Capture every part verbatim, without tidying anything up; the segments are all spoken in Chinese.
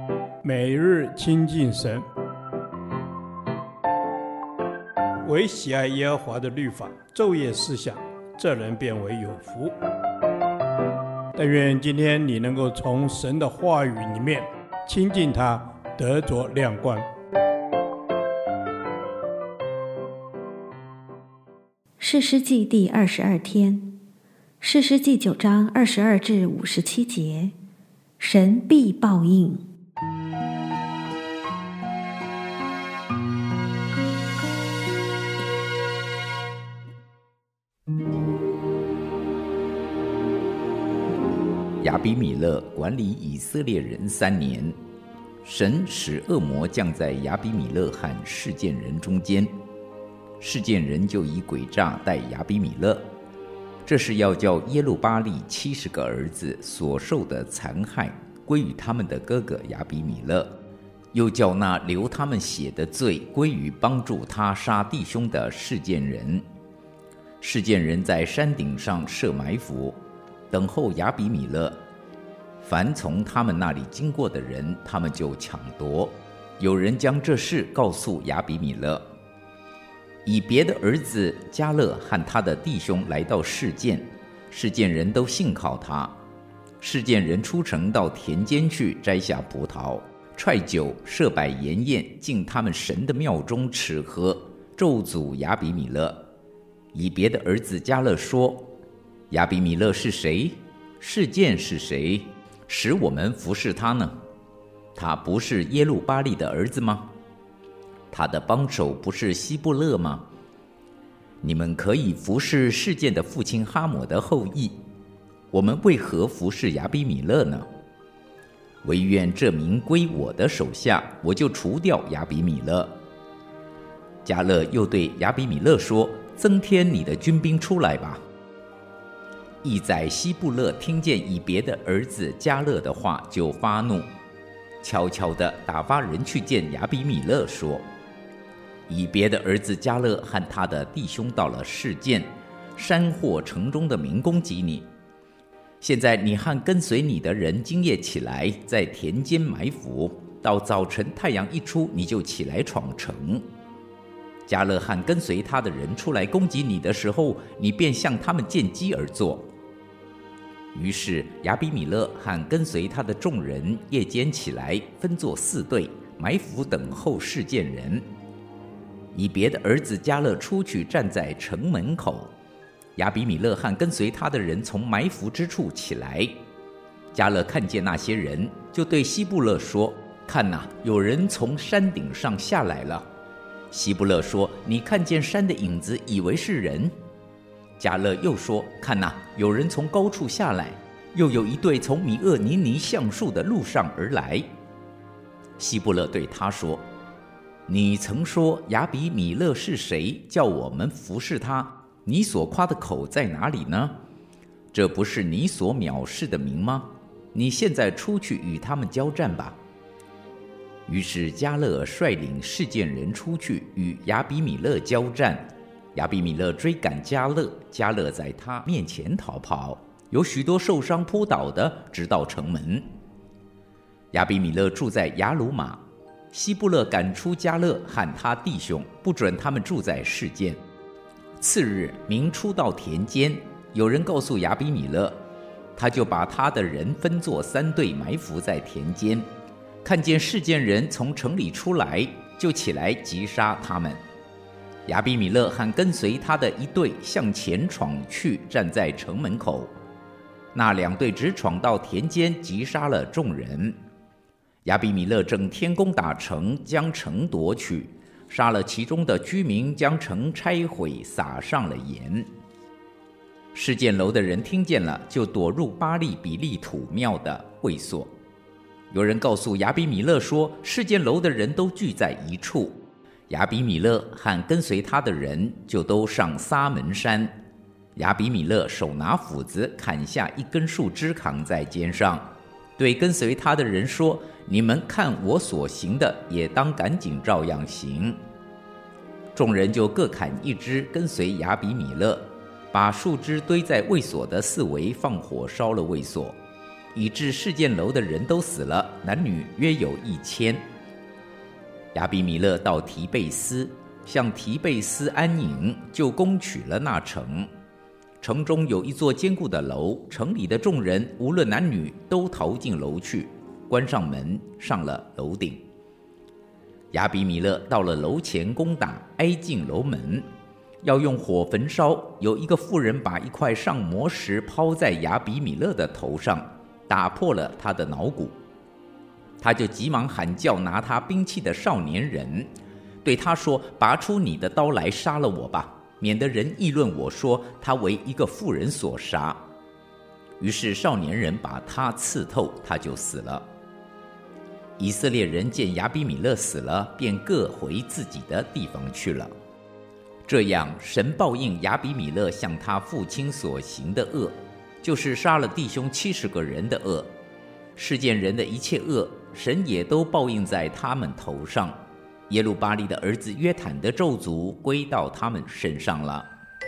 每日亲近神，唯喜爱耶和华的律法，昼夜思想，这人变为有福。但愿今天你能够从神的话语里面亲近他，得着亮光。 士师记第二十二天，士师记九章二十二至五十七节，神必报应。 亚比米勒管理以色列人三年，神使恶魔降在亚比米勒和示剑人中间，示剑人就以诡诈待亚比米勒，这是要叫耶路巴力七十个儿子所受的残害归于他们的哥哥亚比米勒，又叫那流他们血的罪归于帮助他杀弟兄的示剑人。示剑人在山顶上设埋伏，等候亚比米勒，凡从他们那里经过的人，他们就抢夺。有人将这事告诉亚比米勒，以别的儿子迦勒和他的弟兄来到示剑，示剑人都信靠他。示剑人出城到田间去摘下葡萄，踹酒，设摆筵宴，进他们神的庙中吃喝，咒诅亚比米勒。以别的儿子迦勒说，亚比米勒是谁？示剑是谁？使我们服侍他呢？他不是耶路巴力的儿子吗？他的帮手不是希布勒吗？你们可以服侍示剑的父亲哈抹的后裔，我们为何服侍亚比米勒呢？惟愿这民归我的手下，我就除掉亚比米勒。迦勒又对亚比米勒说，增添你的军兵出来吧。义宰希布勒听见以别的儿子迦勒的话，就发怒，悄悄地打发人去见亚比米勒，说，以别的儿子迦勒和他的弟兄到了示剑，山或城中的民攻击你。现在你和跟随你的人今夜起来，在田间埋伏，到早晨太阳一出，你就起来闯城。迦勒和跟随他的人出来攻击你的时候，你便向他们见机而作。于是亚比米勒和跟随他的众人夜间起来，分作四队，埋伏等候示剑人。以别的儿子迦勒出去站在城门口，亚比米勒和跟随他的人从埋伏之处起来。迦勒看见那些人，就对希布勒说，看哪，有人从山顶上下来了。希布勒说，你看见山的影子，以为是人。迦勒又说，看哪，有人从高处下来，又有一队从米厄尼尼橡树的路上而来。希布勒对他说，你曾说亚比米勒是谁，叫我们服侍他？你所夸的口在哪里呢？这不是你所藐视的名吗？你现在出去与他们交战吧。于是迦勒率领示剑人出去与亚比米勒交战，亚比米勒追赶迦勒，迦勒在他面前逃跑，有许多受伤扑倒的，直到城门。亚比米勒住在雅鲁玛，希布勒赶出迦勒和他弟兄，不准他们住在示剑。次日，民出到田间，有人告诉亚比米勒，他就把他的人分作三队，埋伏在田间。看见示剑人从城里出来，就起来击杀他们。亚比米勒和跟随他的一队向前闯去，站在城门口。那两队只闯到田间，击杀了众人。亚比米勒正天攻打城，将城夺取，杀了其中的居民，将城拆毁，撒上了盐。示剑楼的人听见了，就躲入巴力比利土庙的会所。有人告诉亚比米勒说，示剑楼的人都聚在一处。亚比米勒和跟随他的人就都上撒门山。亚比米勒手拿斧子，砍下一根树枝，扛在肩上，对跟随他的人说，你们看我所行的，也当赶紧照样行。众人就各砍一枝，跟随亚比米勒，把树枝堆在卫所的四围，放火烧了卫所。 以致示剑楼的人都死了，男女约有一千。亚比米勒到提贝斯，向提贝斯安营，就攻取了那城。城中有一座坚固的楼，城里的众人无论男女都逃进楼去，关上门，上了楼顶。亚比米勒到了楼前攻打，挨进楼门，要用火焚烧。有一个妇人把一块上磨石抛在亚比米勒的头上，打破了他的脑骨。他就急忙喊叫拿他兵器的少年人，对他说：拔出你的刀来杀了我吧，免得人议论我说他为一个妇人所杀。于是少年人把他刺透，他就死了。以色列人见亚比米勒死了，便各回自己的地方去了。这样，神报应亚比米勒向他父亲所行的恶，就是杀了弟兄七十个人的恶。世间人的一切恶，神也都报应在他们头上。耶路巴力的儿子约坦的咒诅归到他们身上了。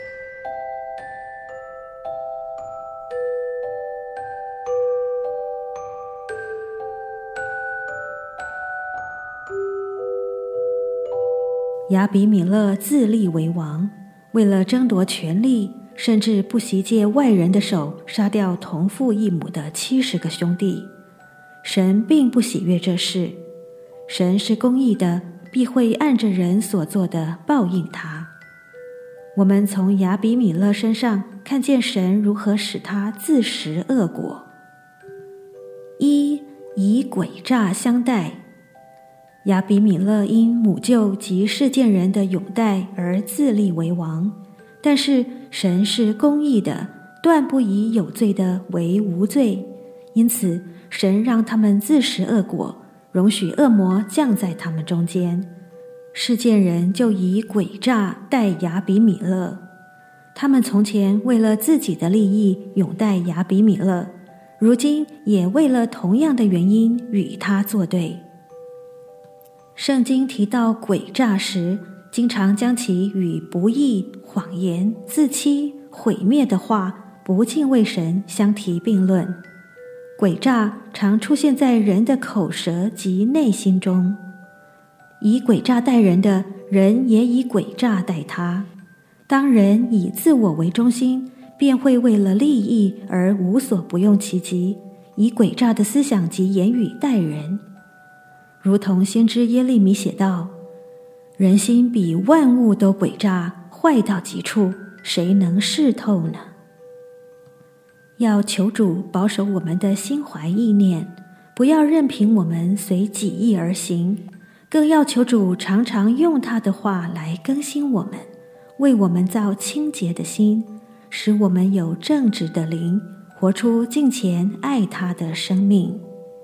亚比米勒自立为王，为了争夺权力，甚至不惜借外人的手杀掉同父异母的七十个兄弟。神并不喜悦这事，神是公义的，必会按着人所做的报应他。我们从亚比米勒身上看见神如何使他自食恶果。一，以诡诈相待。亚比米勒因母舅及示剑人的拥戴而自立为王，但是神是公义的，断不以有罪的为无罪，因此神让他们自食恶果，容许恶魔降在他们中间。示剑人就以诡诈待亚比米勒，他们从前为了自己的利益拥戴亚比米勒，如今也为了同样的原因与他作对。圣经提到诡诈时，经常将其与不义、谎言、自欺、毁灭的话、不敬畏神相提并论。诡诈常出现在人的口舌及内心中，以诡诈待人的人也以诡诈待他。当人以自我为中心，便会为了利益而无所不用其极，以诡诈的思想及言语待人。如同先知耶利米写道：人心比万物都诡诈，坏到极处，谁能识透呢？要求主保守我们的心怀意念，不要任凭我们随己意而行，更要求主常常用他的话来更新我们，为我们造清洁的心，使我们有正直的灵，活出敬虔爱他的生命。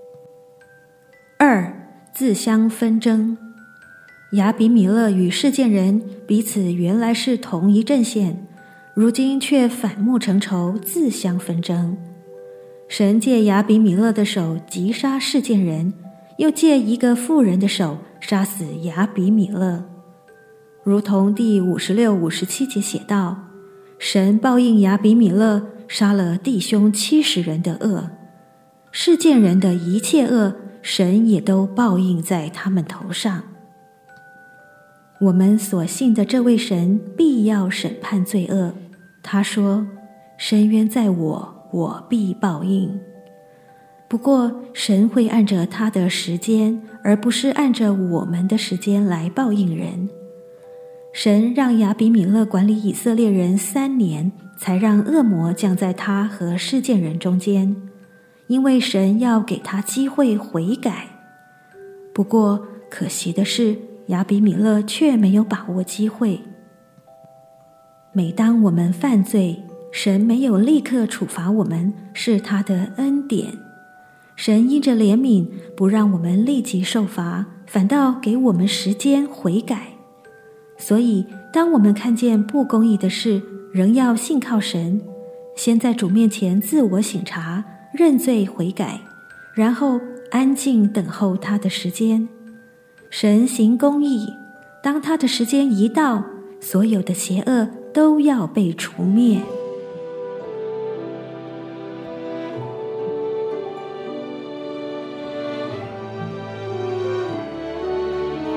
二，自相纷争。亚比米勒与示剑人彼此原来是同一阵线，如今却反目成仇，自相纷争。神借亚比米勒的手击杀示剑人，又借一个妇人的手杀死亚比米勒。如同第五十六、五十七节写道：神报应亚比米勒杀了弟兄七十人的恶，示剑人的一切恶，神也都报应在他们头上。我们所信的这位神必要审判罪恶，他说：深渊在我，我必报应。不过神会按着他的时间，而不是按着我们的时间来报应人。神让亚比米勒管理以色列人三年，才让恶魔降在他和示剑人中间，因为神要给他机会悔改。不过可惜的是，亚比米勒却没有把握机会。每当我们犯罪，神没有立刻处罚我们，是他的恩典。神因着怜悯，不让我们立即受罚，反倒给我们时间悔改。所以当我们看见不公义的事，仍要信靠神，先在主面前自我省察，认罪悔改，然后安静等候他的时间。神行公义，当他的时间一到，所有的邪恶都要被除灭。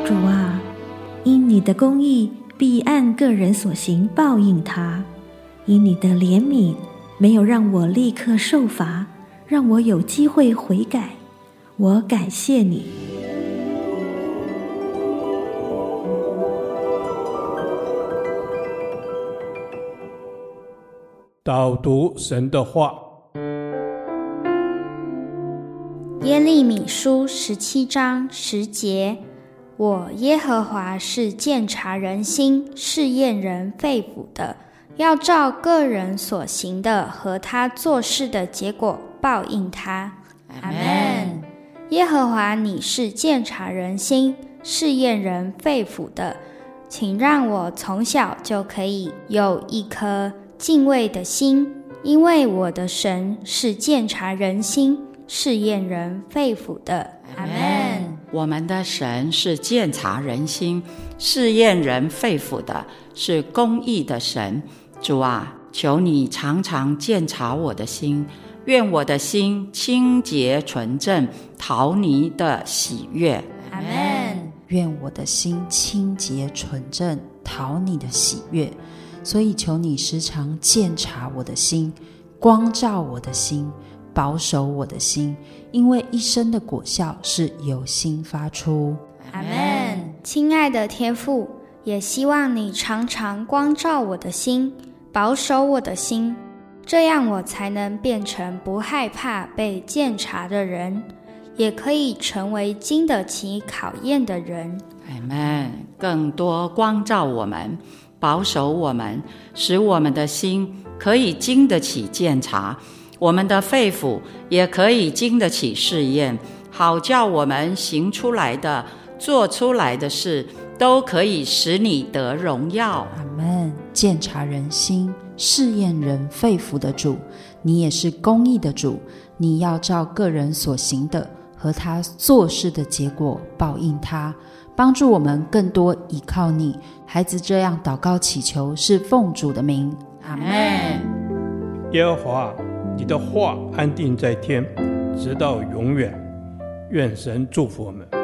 主啊，因你的公义必按个人所行报应他，因你的怜悯没有让我立刻受罚，让我有机会悔改，我感谢你。 导读神的话。 耶利米书十七章十节，我耶和华是鉴察人心、试验人肺腑的，要照个人所行的和他做事的结果报应他。阿们。耶和华，你是鉴察人心、试验人肺腑的，请让我从小就可以有一颗敬畏的心，因为我的神是鉴察人心、试验人肺腑的。阿们。 我们的神是鉴察人心、试验人肺腑的，是公义的神。主啊，求你常常鉴察我的心，愿我的心清洁纯正，讨你的喜悦。 阿们。 愿我的心清洁纯正，讨你的喜悦。所以求你时常鉴察我的心，光照我的心，保守我的心，因为一生的果效是由心发出。 阿们。亲爱的天父，也希望你常常光照我的心，保守我的心，这样我才能变成不害怕被鉴察的人，也可以成为经得起考验的人。 阿们。更多光照我们，保守我们，使我们的心可以经得起鉴察，我们的肺腑也可以经得起试验，好叫我们行出来的、做出来的事都可以使你得荣耀。 阿们。鉴察人心、试验人肺腑的主，你也是公义的主，你要照个人所行的和他做事的结果报应他，帮助我们更多依靠你。孩子这样祷告祈求，是奉主的名。 阿们。 耶和华，你的话安定在天，直到永远。愿神祝福我们。